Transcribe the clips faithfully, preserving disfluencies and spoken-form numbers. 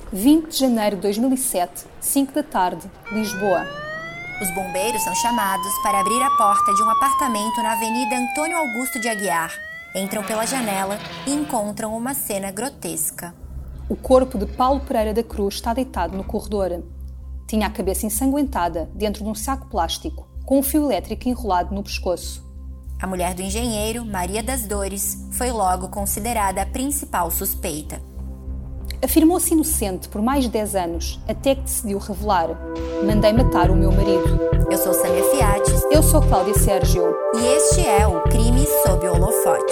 vinte de janeiro de dois mil e sete, cinco da tarde, Lisboa. Os bombeiros são chamados para abrir a porta de um apartamento na Avenida Antônio Augusto de Aguiar. Entram pela janela e encontram uma cena grotesca. O corpo de Paulo Pereira da Cruz está deitado no corredor. Tinha a cabeça ensanguentada dentro de um saco plástico, com um fio elétrico enrolado no pescoço. A mulher do engenheiro, Maria das Dores, foi logo considerada a principal suspeita. Afirmou-se inocente por mais de dez anos, até que decidiu revelar: mandei matar o meu marido. Eu sou Sâmia Fiates. Eu sou Cláudia Sérgio. E este é o Crime sob Holofote.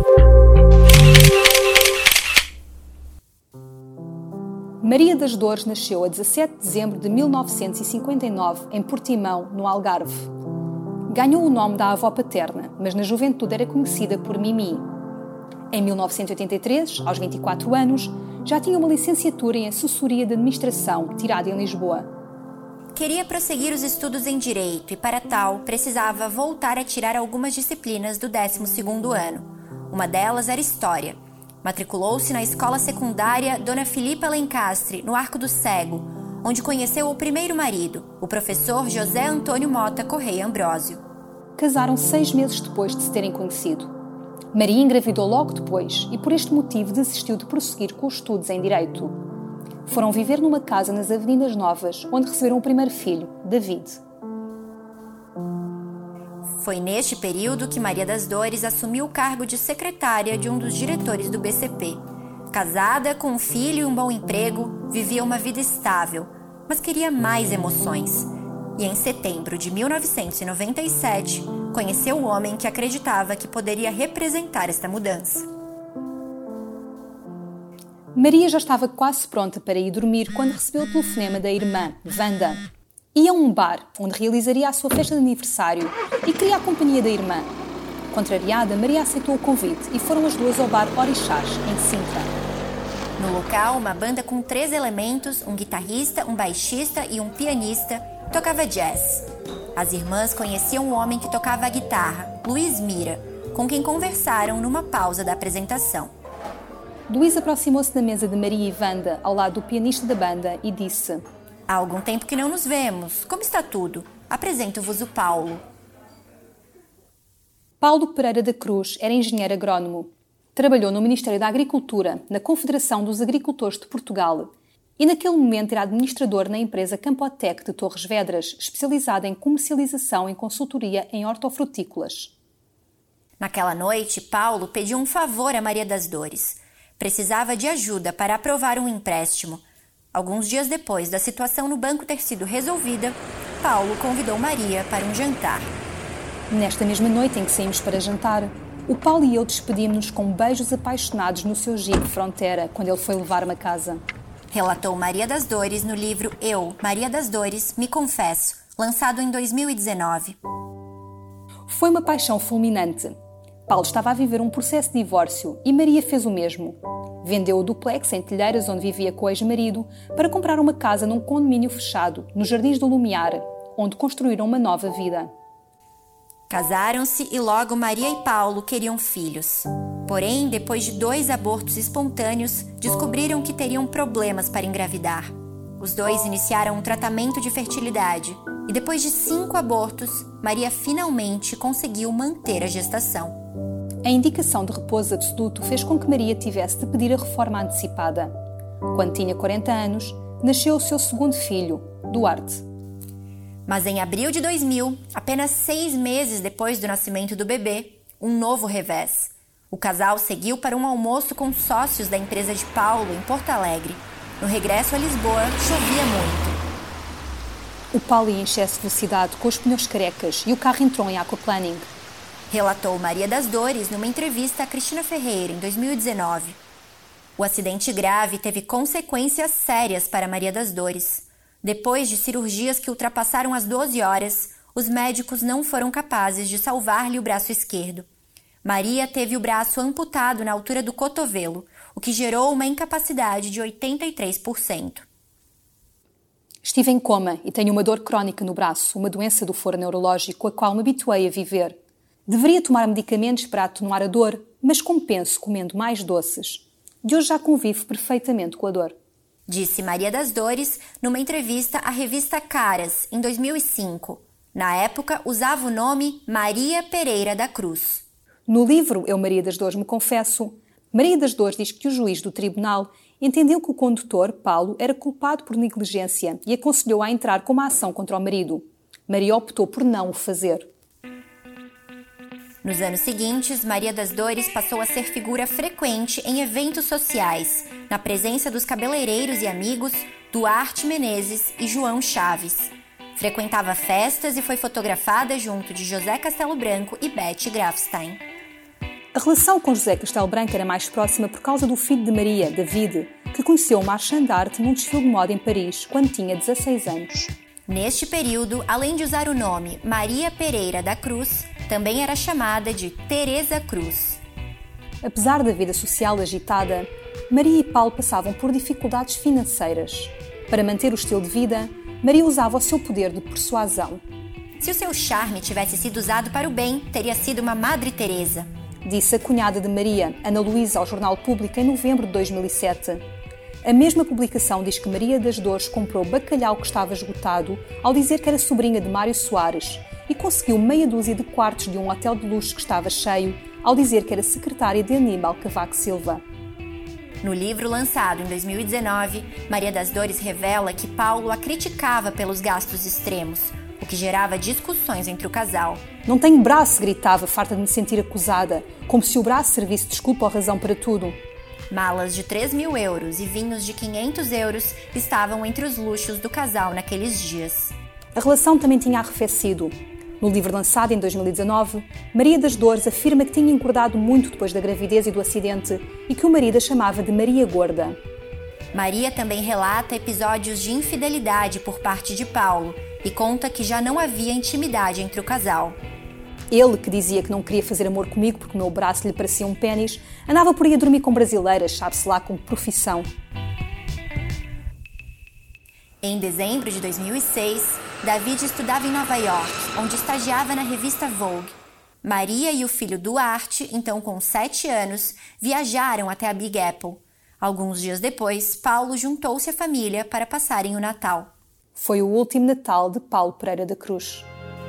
Maria das Dores nasceu a dezassete de dezembro de mil novecentos e cinquenta e nove, em Portimão, no Algarve. Ganhou o nome da avó paterna, mas na juventude era conhecida por Mimi. Em mil novecentos e oitenta e três, aos vinte e quatro anos, já tinha uma licenciatura em Assessoria de Administração, tirada em Lisboa. Queria prosseguir os estudos em Direito e, para tal, precisava voltar a tirar algumas disciplinas do décimo segundo ano. Uma delas era História. Matriculou-se na Escola Secundária Dona Filipa Lencastre, no Arco do Cego, onde conheceu o primeiro marido, o professor José Antônio Mota Correia Ambrósio. Casaram seis meses depois de se terem conhecido. Maria engravidou logo depois e, por este motivo, desistiu de prosseguir com os estudos em Direito. Foram viver numa casa nas Avenidas Novas, onde receberam o primeiro filho, David. Foi neste período que Maria das Dores assumiu o cargo de secretária de um dos diretores do B C P. Casada, com um filho e um bom emprego, vivia uma vida estável, mas queria mais emoções. E em setembro de mil novecentos e noventa e sete, conheceu o homem que acreditava que poderia representar esta mudança. Maria já estava quase pronta para ir dormir quando recebeu o telefonema da irmã, Wanda. Ia a um bar, onde realizaria a sua festa de aniversário, e queria a companhia da irmã. Contrariada, Maria aceitou o convite e foram as duas ao bar Orixás, em Sintra. No local, uma banda com três elementos, um guitarrista, um baixista e um pianista, tocava jazz. As irmãs conheciam o homem que tocava a guitarra, Luiz Mira, com quem conversaram numa pausa da apresentação. Luiz aproximou-se da mesa de Maria e Wanda, ao lado do pianista da banda, e disse: há algum tempo que não nos vemos. Como está tudo? Apresento-vos o Paulo. Paulo Pereira da Cruz era engenheiro agrónomo. Trabalhou no Ministério da Agricultura, na Confederação dos Agricultores de Portugal, e naquele momento era administrador na empresa Campotec de Torres Vedras, especializada em comercialização e consultoria em hortofrutícolas. Naquela noite, Paulo pediu um favor a Maria das Dores. Precisava de ajuda para aprovar um empréstimo. Alguns dias depois da situação no banco ter sido resolvida, Paulo convidou Maria para um jantar. Nesta mesma noite em que saímos para jantar, o Paulo e eu despedimos-nos com beijos apaixonados no seu Jeep Frontera, quando ele foi levar-me a casa. Relatou Maria das Dores no livro Eu, Maria das Dores, Me Confesso, lançado em dois mil e dezenove. Foi uma paixão fulminante. Paulo estava a viver um processo de divórcio e Maria fez o mesmo. Vendeu o duplex em Telheiras, onde vivia com o ex-marido, para comprar uma casa num condomínio fechado, nos Jardins do Lumiar, onde construíram uma nova vida. Casaram-se e logo Maria e Paulo queriam filhos. Porém, depois de dois abortos espontâneos, descobriram que teriam problemas para engravidar. Os dois iniciaram um tratamento de fertilidade e depois de cinco abortos, Maria finalmente conseguiu manter a gestação. A indicação de repouso absoluto fez com que Maria tivesse de pedir a reforma antecipada. Quando tinha quarenta anos, nasceu o seu segundo filho, Duarte. Mas em abril de dois mil, apenas seis meses depois do nascimento do bebê, um novo revés. O casal seguiu para um almoço com sócios da empresa de Paulo, em Porto Alegre. No regresso a Lisboa, chovia muito. O Paulo ia em excesso de velocidade, com os pneus carecas, e o carro entrou em aquaplaning. Relatou Maria das Dores numa entrevista a Cristina Ferreira, em dois mil e dezenove. O acidente grave teve consequências sérias para Maria das Dores. Depois de cirurgias que ultrapassaram as doze horas, os médicos não foram capazes de salvar-lhe o braço esquerdo. Maria teve o braço amputado na altura do cotovelo, o que gerou uma incapacidade de oitenta e três por cento. Estive em coma e tenho uma dor crónica no braço, uma doença do foro neurológico, a qual me habituei a viver. Deveria tomar medicamentos para atenuar a dor, mas compenso comendo mais doces. De hoje já convivo perfeitamente com a dor. disse Maria das Dores numa entrevista à revista Caras, em dois mil e cinco. Na época, usava o nome Maria Pereira da Cruz. No livro Eu, Maria das Dores, me confesso, Maria das Dores diz que o juiz do tribunal entendeu que o condutor, Paulo, era culpado por negligência e aconselhou a entrar com uma ação contra o marido. Maria optou por não o fazer. Nos anos seguintes, Maria das Dores passou a ser figura frequente em eventos sociais, na presença dos cabeleireiros e amigos Duarte Menezes e João Chaves. Frequentava festas e foi fotografada junto de José Castelo Branco e Betty Grafstein. A relação com José Castelo Branco era mais próxima por causa do filho de Maria, David, que conheceu o marchand d'arte num desfile de moda em Paris, quando tinha dezasseis anos. Neste período, além de usar o nome Maria Pereira da Cruz, também era chamada de Teresa Cruz. Apesar da vida social agitada, Maria e Paulo passavam por dificuldades financeiras. Para manter o estilo de vida, Maria usava o seu poder de persuasão. Se o seu charme tivesse sido usado para o bem, teria sido uma Madre Teresa, disse a cunhada de Maria, Ana Luísa, ao Jornal Público em novembro de dois mil e sete. A mesma publicação diz que Maria das Dores comprou bacalhau que estava esgotado ao dizer que era sobrinha de Mário Soares e conseguiu meia dúzia de quartos de um hotel de luxo que estava cheio ao dizer que era secretária de Aníbal Cavaco Silva. No livro lançado em dois mil e dezenove, Maria das Dores revela que Paulo a criticava pelos gastos extremos, o que gerava discussões entre o casal. Não tenho braço, gritava, farta de me sentir acusada, como se o braço servisse desculpa ou razão para tudo. Malas de três mil euros e vinhos de quinhentos euros estavam entre os luxos do casal naqueles dias. A relação também tinha arrefecido. No livro lançado em dois mil e dezanove, Maria das Dores afirma que tinha engordado muito depois da gravidez e do acidente e que o marido a chamava de Maria Gorda. Maria também relata episódios de infidelidade por parte de Paulo e conta que já não havia intimidade entre o casal. Ele, que dizia que não queria fazer amor comigo porque o meu braço lhe parecia um pênis, andava por aí a dormir com brasileiras, sabe-se lá com profissão. Em dezembro de dois mil e seis, David estudava em Nova York, onde estagiava na revista Vogue. Maria e o filho Duarte, então com sete anos, viajaram até a Big Apple. Alguns dias depois, Paulo juntou-se à família para passarem o Natal. Foi o último Natal de Paulo Pereira da Cruz.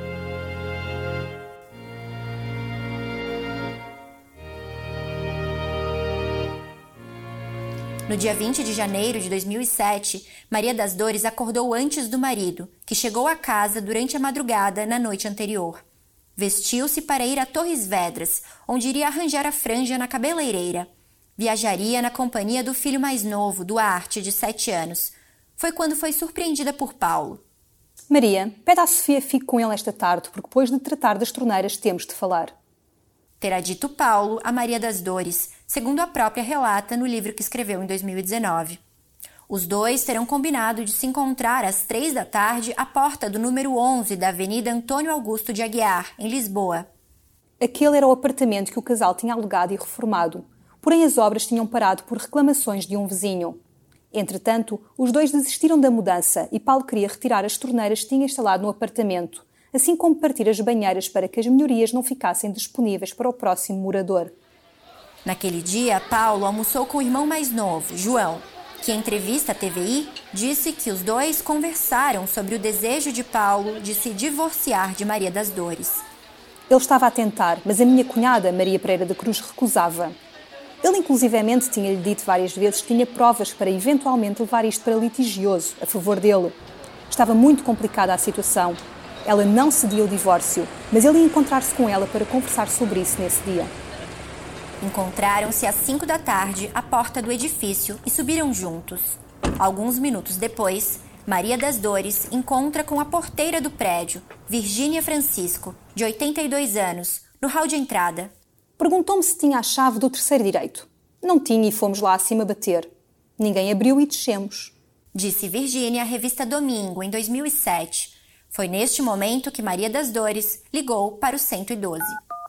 No dia vinte de janeiro de dois mil e sete, Maria das Dores acordou antes do marido, que chegou à casa durante a madrugada na noite anterior. Vestiu-se para ir a Torres Vedras, onde iria arranjar a franja na cabeleireira. Viajaria na companhia do filho mais novo, Duarte, de sete anos. Foi quando foi surpreendida por Paulo. Maria, pede à Sofia fique com ele esta tarde, porque depois de tratar das torneiras temos de falar. Terá dito Paulo a Maria das Dores, segundo a própria relata no livro que escreveu em dois mil e dezenove. Os dois terão combinado de se encontrar às três da tarde à porta do número onze da Avenida Antônio Augusto de Aguiar, em Lisboa. Aquele era o apartamento que o casal tinha alugado e reformado, porém as obras tinham parado por reclamações de um vizinho. Entretanto, os dois desistiram da mudança e Paulo queria retirar as torneiras que tinha instalado no apartamento, assim como partir as banheiras para que as melhorias não ficassem disponíveis para o próximo morador. Naquele dia, Paulo almoçou com o irmão mais novo, João, que em entrevista à T V I disse que os dois conversaram sobre o desejo de Paulo de se divorciar de Maria das Dores. Ele estava a tentar, mas a minha cunhada, Maria Pereira da Cruz, recusava. Ele inclusivamente tinha-lhe dito várias vezes que tinha provas para eventualmente levar isto para litigioso, a favor dele. Estava muito complicada a situação. Ela não cedia o divórcio, mas ele ia encontrar-se com ela para conversar sobre isso nesse dia. Encontraram-se às cinco da tarde à porta do edifício e subiram juntos. Alguns minutos depois, Maria das Dores encontra com a porteira do prédio, Virgínia Francisco, de oitenta e dois anos, no hall de entrada. Perguntou-me se tinha a chave do terceiro direito. Não tinha e fomos lá acima bater. Ninguém abriu e descemos. Disse Virgínia à revista Domingo, em dois mil e sete. Foi neste momento que Maria das Dores ligou para o cento e doze.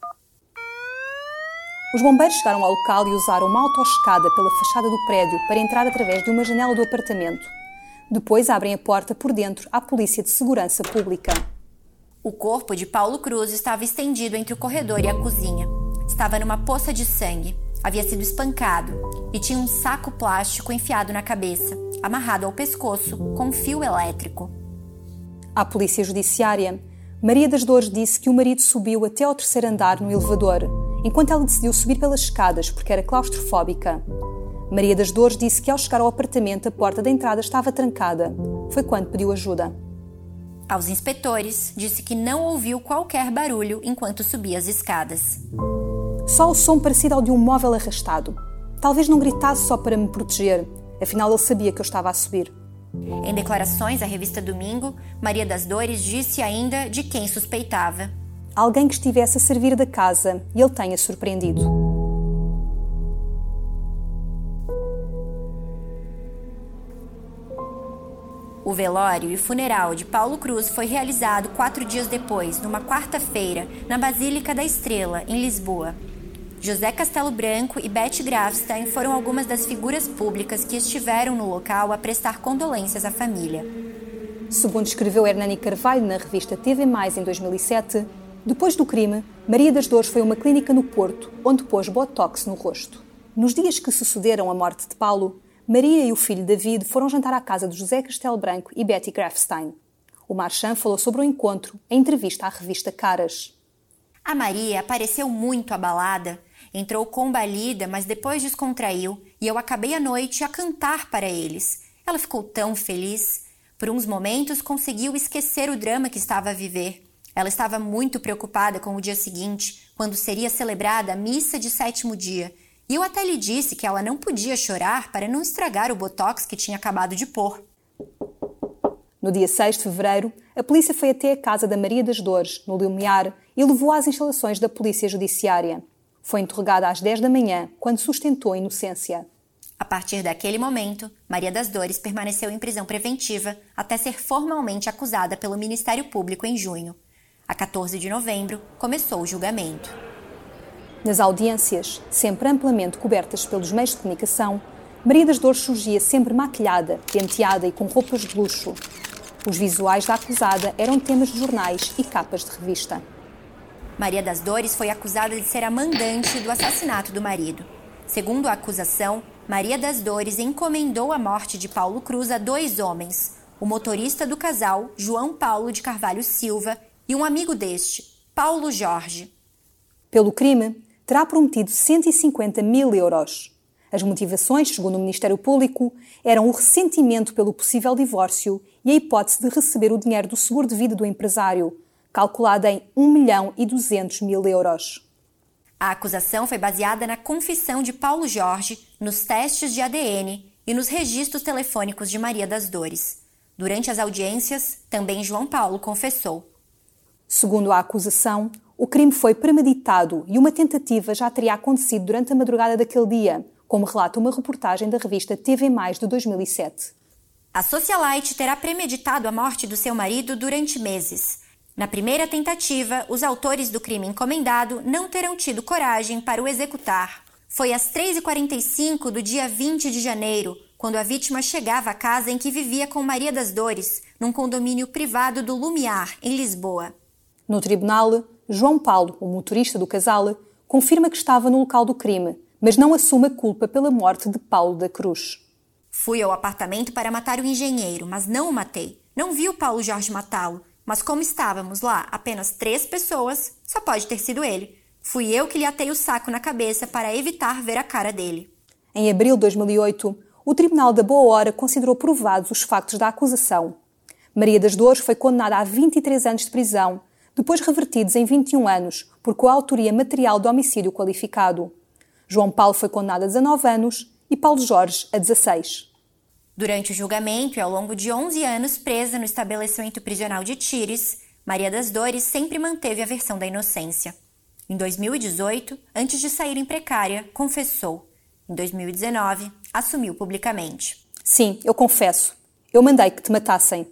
Os bombeiros chegaram ao local e usaram uma autoescada pela fachada do prédio para entrar através de uma janela do apartamento. Depois abrem a porta por dentro à Polícia de Segurança Pública. O corpo de Paulo Cruz estava estendido entre o corredor e a cozinha. Estava numa poça de sangue. Havia sido espancado e tinha um saco plástico enfiado na cabeça, amarrado ao pescoço com fio elétrico. À polícia judiciária, Maria das Dores disse que o marido subiu até ao terceiro andar no elevador, enquanto ela decidiu subir pelas escadas porque era claustrofóbica. Maria das Dores disse que ao chegar ao apartamento a porta da entrada estava trancada. Foi quando pediu ajuda. Aos inspetores, disse que não ouviu qualquer barulho enquanto subia as escadas. Só o som parecido ao de um móvel arrastado. Talvez não gritasse só para me proteger, afinal ele sabia que eu estava a subir. Em declarações à revista Domingo, Maria das Dores disse ainda de quem suspeitava. Alguém que estivesse a servir da casa e ele tenha surpreendido. O velório e o funeral de Paulo Cruz foi realizado quatro dias depois, numa quarta-feira, na Basílica da Estrela, em Lisboa. José Castelo Branco e Beth Grafstein foram algumas das figuras públicas que estiveram no local a prestar condolências à família. Segundo escreveu Hernani Carvalho na revista T V mais, em dois mil e sete, depois do crime, Maria das Dores foi a uma clínica no Porto, onde pôs botox no rosto. Nos dias que sucederam a morte de Paulo, Maria e o filho David foram jantar à casa de José Castelo Branco e Betty Grafstein. O Marchand falou sobre o encontro em entrevista à revista Caras. A Maria pareceu muito abalada. Entrou combalida, mas depois descontraiu, e eu acabei a noite a cantar para eles. Ela ficou tão feliz. Por uns momentos conseguiu esquecer o drama que estava a viver. Ela estava muito preocupada com o dia seguinte, quando seria celebrada a missa de sétimo dia. E eu até lhe disse que ela não podia chorar para não estragar o botox que tinha acabado de pôr. No dia seis de fevereiro, a polícia foi até a casa da Maria das Dores, no Lumiar, e levou-a às instalações da Polícia Judiciária. Foi interrogada às dez da manhã, quando sustentou a inocência. A partir daquele momento, Maria das Dores permaneceu em prisão preventiva até ser formalmente acusada pelo Ministério Público em junho. A quatorze de novembro, começou o julgamento. Nas audiências, sempre amplamente cobertas pelos meios de comunicação, Maria das Dores surgia sempre maquilhada, penteada e com roupas de luxo. Os visuais da acusada eram temas de jornais e capas de revista. Maria das Dores foi acusada de ser a mandante do assassinato do marido. Segundo a acusação, Maria das Dores encomendou a morte de Paulo Cruz a dois homens, o motorista do casal, João Paulo de Carvalho Silva, e um amigo deste, Paulo Jorge. Pelo crime, terá prometido cento e cinquenta mil euros. As motivações, segundo o Ministério Público, eram o ressentimento pelo possível divórcio e a hipótese de receber o dinheiro do seguro de vida do empresário, calculado em um milhão e duzentos mil euros. A acusação foi baseada na confissão de Paulo Jorge, nos testes de A D N e nos registros telefônicos de Maria das Dores. Durante as audiências, também João Paulo confessou. Segundo a acusação, o crime foi premeditado e uma tentativa já teria acontecido durante a madrugada daquele dia, como relata uma reportagem da revista T V mais, de dois mil e sete. A socialite terá premeditado a morte do seu marido durante meses. Na primeira tentativa, os autores do crime encomendado não terão tido coragem para o executar. Foi às três e quarenta e cinco do dia vinte de janeiro, quando a vítima chegava à casa em que vivia com Maria das Dores, num condomínio privado do Lumiar, em Lisboa. No tribunal, João Paulo, o motorista do casal, confirma que estava no local do crime, mas não assume a culpa pela morte de Paulo da Cruz. Fui ao apartamento para matar o engenheiro, mas não o matei. Não vi o Paulo Jorge matá-lo, mas como estávamos lá apenas três pessoas, só pode ter sido ele. Fui eu que lhe atei o saco na cabeça para evitar ver a cara dele. Em abril de dois mil e oito, o Tribunal da Boa Hora considerou provados os factos da acusação. Maria das Dores foi condenada a vinte e três anos de prisão, depois revertidos em vinte e um anos, por coautoria material de homicídio qualificado. João Paulo foi condenado a dezanove anos e Paulo Jorge a dezasseis. Durante o julgamento e ao longo de onze anos presa no estabelecimento prisional de Tires, Maria das Dores sempre manteve a versão da inocência. Em dois mil e dezoito, antes de sair em precária, confessou. Em dois mil e dezenove, assumiu publicamente. Sim, eu confesso. Eu mandei que te matassem.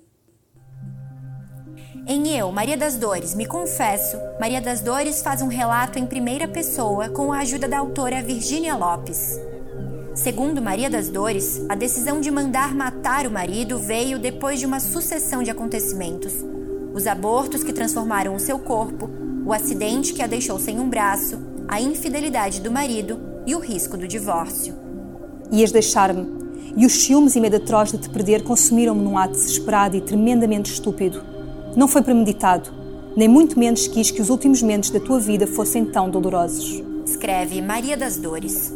Em Eu, Maria das Dores, Me Confesso, Maria das Dores faz um relato em primeira pessoa com a ajuda da autora Virgínia Lopes. Segundo Maria das Dores, a decisão de mandar matar o marido veio depois de uma sucessão de acontecimentos. Os abortos que transformaram o seu corpo, o acidente que a deixou sem um braço, a infidelidade do marido e o risco do divórcio. Ias deixar-me. E os ciúmes e medo atroz de te perder consumiram-me num ato desesperado e tremendamente estúpido. Não foi premeditado, nem muito menos quis que os últimos momentos da tua vida fossem tão dolorosos. Escreve Maria das Dores.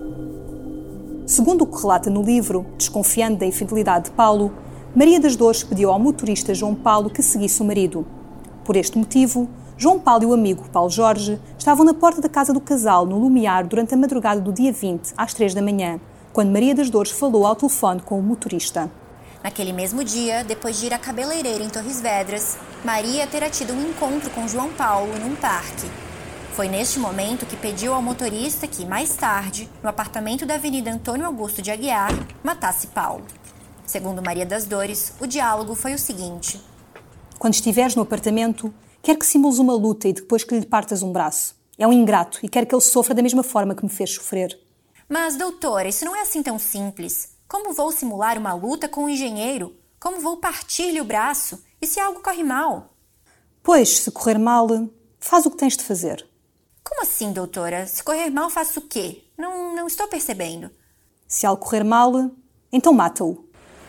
Segundo o que relata no livro, desconfiando da infidelidade de Paulo, Maria das Dores pediu ao motorista João Paulo que seguisse o marido. Por este motivo, João Paulo e o amigo Paulo Jorge estavam na porta da casa do casal, no Lumiar, durante a madrugada do dia vinte, às três da manhã, quando Maria das Dores falou ao telefone com o motorista. Naquele mesmo dia, depois de ir à cabeleireira em Torres Vedras, Maria terá tido um encontro com João Paulo num parque. Foi neste momento que pediu ao motorista que, mais tarde, no apartamento da Avenida Antônio Augusto de Aguiar, matasse Paulo. Segundo Maria das Dores, o diálogo foi o seguinte: quando estiveres no apartamento, quer que simules uma luta e depois que lhe partas um braço. É um ingrato e quero que ele sofra da mesma forma que me fez sofrer. Mas, doutora, isso não é assim tão simples. Como vou simular uma luta com um engenheiro? Como vou partir-lhe o braço? E se algo corre mal? Pois, se correr mal, faz o que tens de fazer. Como assim, doutora? Se correr mal, faço o quê? Não, não estou percebendo. Se algo correr mal, então mata-o.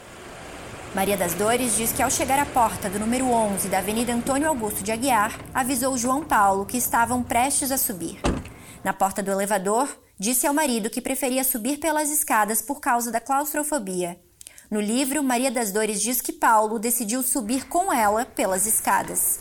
Maria das Dores diz que ao chegar à porta do número onze da Avenida Antônio Augusto de Aguiar, avisou João Paulo que estavam prestes a subir. Na porta do elevador, disse ao marido que preferia subir pelas escadas por causa da claustrofobia. No livro, Maria das Dores diz que Paulo decidiu subir com ela pelas escadas.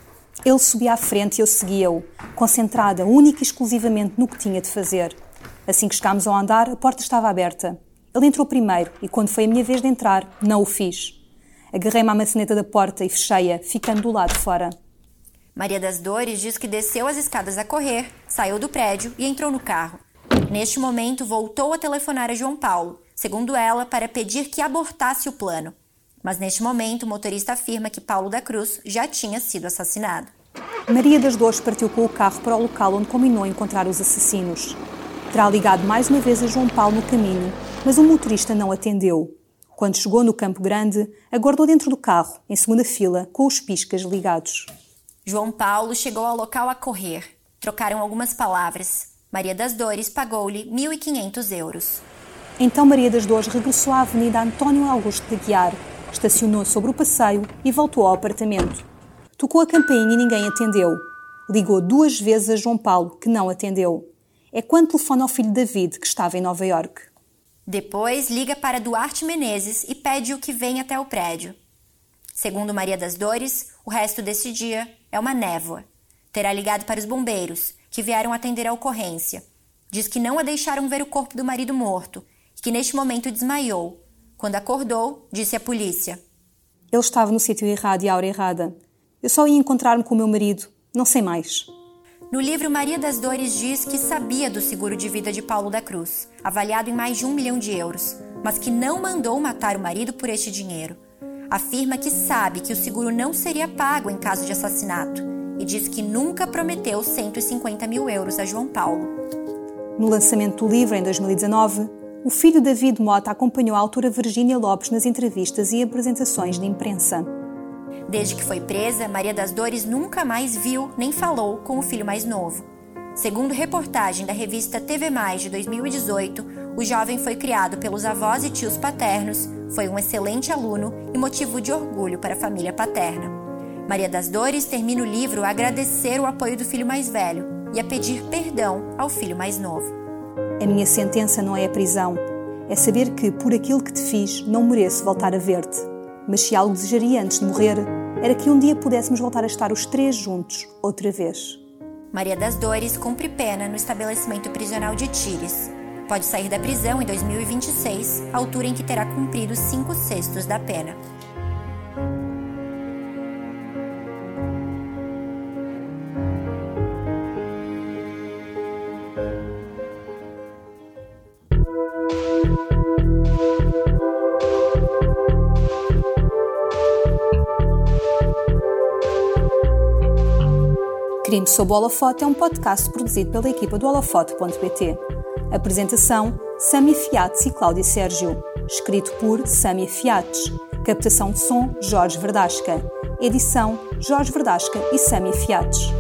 Ele subia à frente e eu seguia-o, concentrada única e exclusivamente no que tinha de fazer. Assim que chegámos ao andar, a porta estava aberta. Ele entrou primeiro e, quando foi a minha vez de entrar, não o fiz. Agarrei-me à maçaneta da porta e fechei-a, ficando do lado de fora. Maria das Dores diz que desceu as escadas a correr, saiu do prédio e entrou no carro. Neste momento, voltou a telefonar a João Paulo, segundo ela, para pedir que abortasse o plano. Mas neste momento, o motorista afirma que Paulo da Cruz já tinha sido assassinado. Maria das Dores partiu com o carro para o local onde combinou encontrar os assassinos. Terá ligado mais uma vez a João Paulo no caminho, mas o motorista não atendeu. Quando chegou no Campo Grande, aguardou dentro do carro, em segunda fila, com os piscas ligados. João Paulo chegou ao local a correr. Trocaram algumas palavras. Maria das Dores pagou-lhe mil e quinhentos euros. Então Maria das Dores regressou à Avenida Antônio Augusto de Aguiar, estacionou sobre o passeio e voltou ao apartamento. Tocou a campainha e ninguém atendeu. Ligou duas vezes a João Paulo, que não atendeu. É quando telefona ao filho David, que estava em Nova Iorque. Depois liga para Duarte Menezes e pede-o que venha até o prédio. Segundo Maria das Dores, o resto desse dia é uma névoa. Terá ligado para os bombeiros, que vieram atender a ocorrência. Diz que não a deixaram ver o corpo do marido morto e que neste momento desmaiou. Quando acordou, disse à polícia: ele estava no sítio errado e a hora errada. Eu só ia encontrar-me com o meu marido, não sei mais. No livro, Maria das Dores diz que sabia do seguro de vida de Paulo da Cruz, avaliado em mais de um milhão de euros, mas que não mandou matar o marido por este dinheiro. Afirma que sabe que o seguro não seria pago em caso de assassinato e diz que nunca prometeu cento e cinquenta mil euros a João Paulo. No lançamento do livro, em dois mil e dezanove, o filho David Mota acompanhou a autora Virgínia Lopes nas entrevistas e apresentações de imprensa. Desde que foi presa, Maria das Dores nunca mais viu nem falou com o filho mais novo. Segundo reportagem da revista T V Mais de dois mil e dezoito, o jovem foi criado pelos avós e tios paternos, foi um excelente aluno e motivo de orgulho para a família paterna. Maria das Dores termina o livro a agradecer o apoio do filho mais velho e a pedir perdão ao filho mais novo. A minha sentença não é a prisão, é saber que, por aquilo que te fiz, não mereço voltar a ver-te. Mas se algo desejaria antes de morrer, era que um dia pudéssemos voltar a estar os três juntos, outra vez. Maria das Dores cumpre pena no estabelecimento prisional de Tires. Pode sair da prisão em dois mil e vinte e seis, altura em que terá cumprido cinco sextos da pena. Crime sob o Holofote é um podcast produzido pela equipa do holofote ponto pt. Apresentação: Sâmia Fiates e Cláudia Sérgio. Escrito por Sâmia Fiates. Captação de som: Jorge Verdasca. Edição: Jorge Verdasca e Sâmia Fiates.